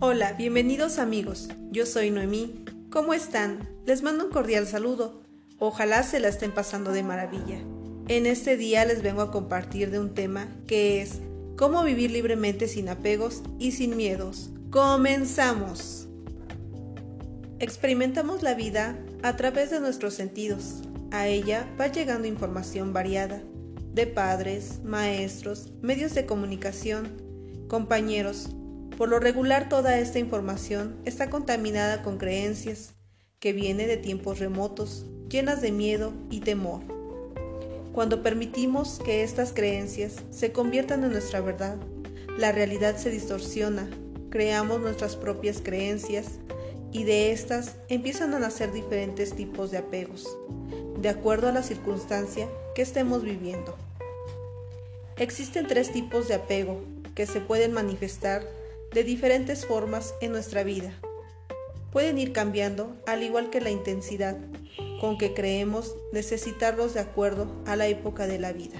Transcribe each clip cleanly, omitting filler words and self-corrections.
Hola, bienvenidos amigos, yo soy Noemí. ¿Cómo están? Les mando un cordial saludo. Ojalá se la estén pasando de maravilla. En este día les vengo a compartir de un tema que es cómo vivir libremente sin apegos y sin miedos. ¡Comenzamos! Experimentamos la vida a través de nuestros sentidos. A ella va llegando información variada, de padres, maestros, medios de comunicación, compañeros. Por lo regular, toda esta información está contaminada con creencias que viene de tiempos remotos, llenas de miedo y temor. Cuando permitimos que estas creencias se conviertan en nuestra verdad, la realidad se distorsiona, creamos nuestras propias creencias y de estas empiezan a nacer diferentes tipos de apegos, de acuerdo a la circunstancia que estemos viviendo. Existen 3 tipos de apego que se pueden manifestar de diferentes formas en nuestra vida. Pueden ir cambiando, al igual que la intensidad con que creemos necesitarlos de acuerdo a la época de la vida.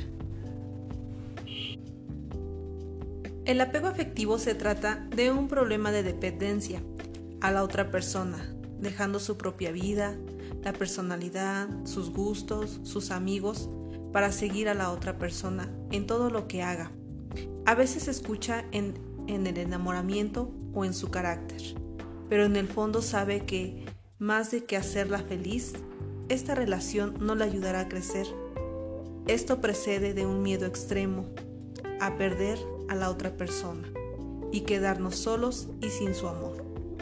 El apego afectivo se trata de un problema de dependencia a la otra persona, dejando su propia vida, la personalidad, sus gustos, sus amigos, para seguir a la otra persona en todo lo que haga. A veces se escucha en el enamoramiento o en su carácter, pero en el fondo sabe que, más de que hacerla feliz, esta relación no le ayudará a crecer. Esto precede de un miedo extremo a perder a la otra persona y quedarnos solos y sin su amor.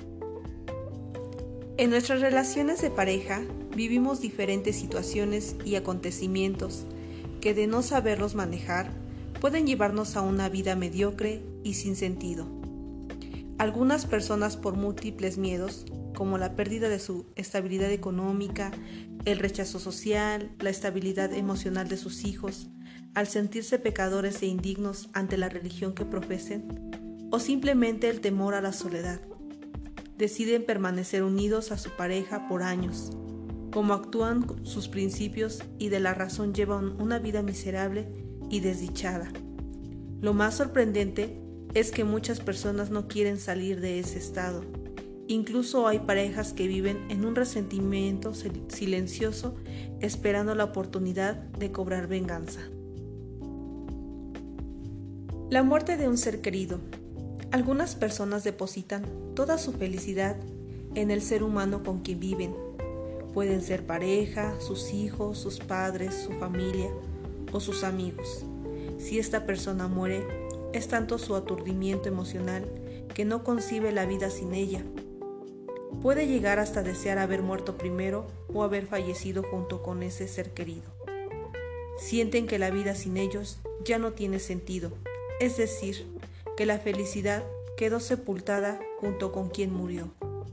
En nuestras relaciones de pareja vivimos diferentes situaciones y acontecimientos que, de no saberlos manejar, pueden llevarnos a una vida mediocre y sin sentido. Algunas personas, por múltiples miedos, como la pérdida de su estabilidad económica, el rechazo social, la estabilidad emocional de sus hijos, al sentirse pecadores e indignos ante la religión que profesen, o simplemente el temor a la soledad, deciden permanecer unidos a su pareja por años. Como actúan sus principios y de la razón llevan una vida miserable y desdichada. Lo más sorprendente es que muchas personas no quieren salir de ese estado. Incluso hay parejas que viven en un resentimiento silencioso, esperando la oportunidad de cobrar venganza. La muerte de un ser querido. Algunas personas depositan toda su felicidad en el ser humano con quien viven. Pueden ser pareja, sus hijos, sus padres, su familia o sus amigos. Si esta persona muere, es tanto su aturdimiento emocional que no concibe la vida sin ella. Puede llegar hasta desear haber muerto primero o haber fallecido junto con ese ser querido. Sienten que la vida sin ellos ya no tiene sentido, es decir, que la felicidad quedó sepultada junto con quien murió.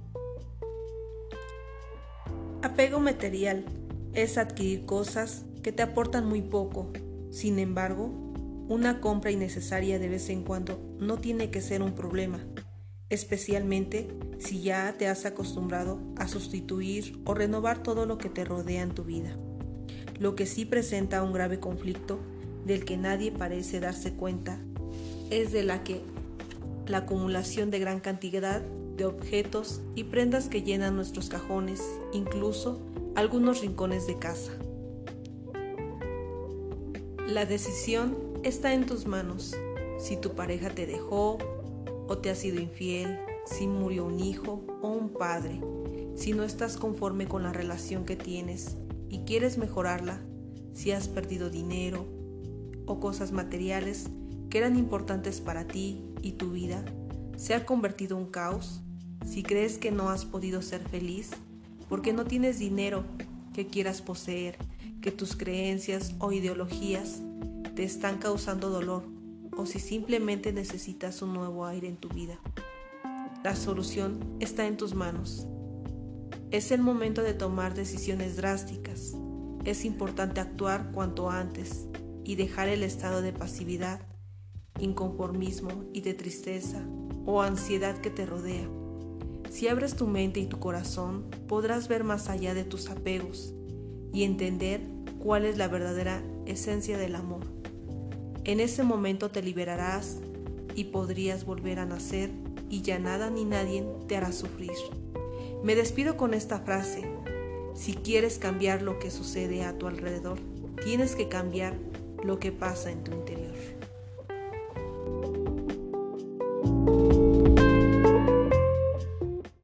Apego material es adquirir cosas que te aportan muy poco. Sin embargo, una compra innecesaria de vez en cuando no tiene que ser un problema, especialmente si ya te has acostumbrado a sustituir o renovar todo lo que te rodea en tu vida. Lo que sí presenta un grave conflicto del que nadie parece darse cuenta es de la acumulación de gran cantidad de objetos y prendas que llenan nuestros cajones, incluso algunos rincones de casa. La decisión está en tus manos. Si tu pareja te dejó o te ha sido infiel, si murió un hijo o un padre, si no estás conforme con la relación que tienes y quieres mejorarla, si has perdido dinero o cosas materiales que eran importantes para ti y tu vida, se ha convertido en un caos, si crees que no has podido ser feliz porque no tienes dinero que quieras poseer, que tus creencias o ideologías te están causando dolor, o si simplemente necesitas un nuevo aire en tu vida. La solución está en tus manos. Es el momento de tomar decisiones drásticas. Es importante actuar cuanto antes y dejar el estado de pasividad, inconformismo y de tristeza o ansiedad que te rodea. Si abres tu mente y tu corazón, podrás ver más allá de tus apegos y entender cuál es la verdadera esencia del amor. En ese momento te liberarás y podrías volver a nacer y ya nada ni nadie te hará sufrir. Me despido con esta frase: si quieres cambiar lo que sucede a tu alrededor, tienes que cambiar lo que pasa en tu interior.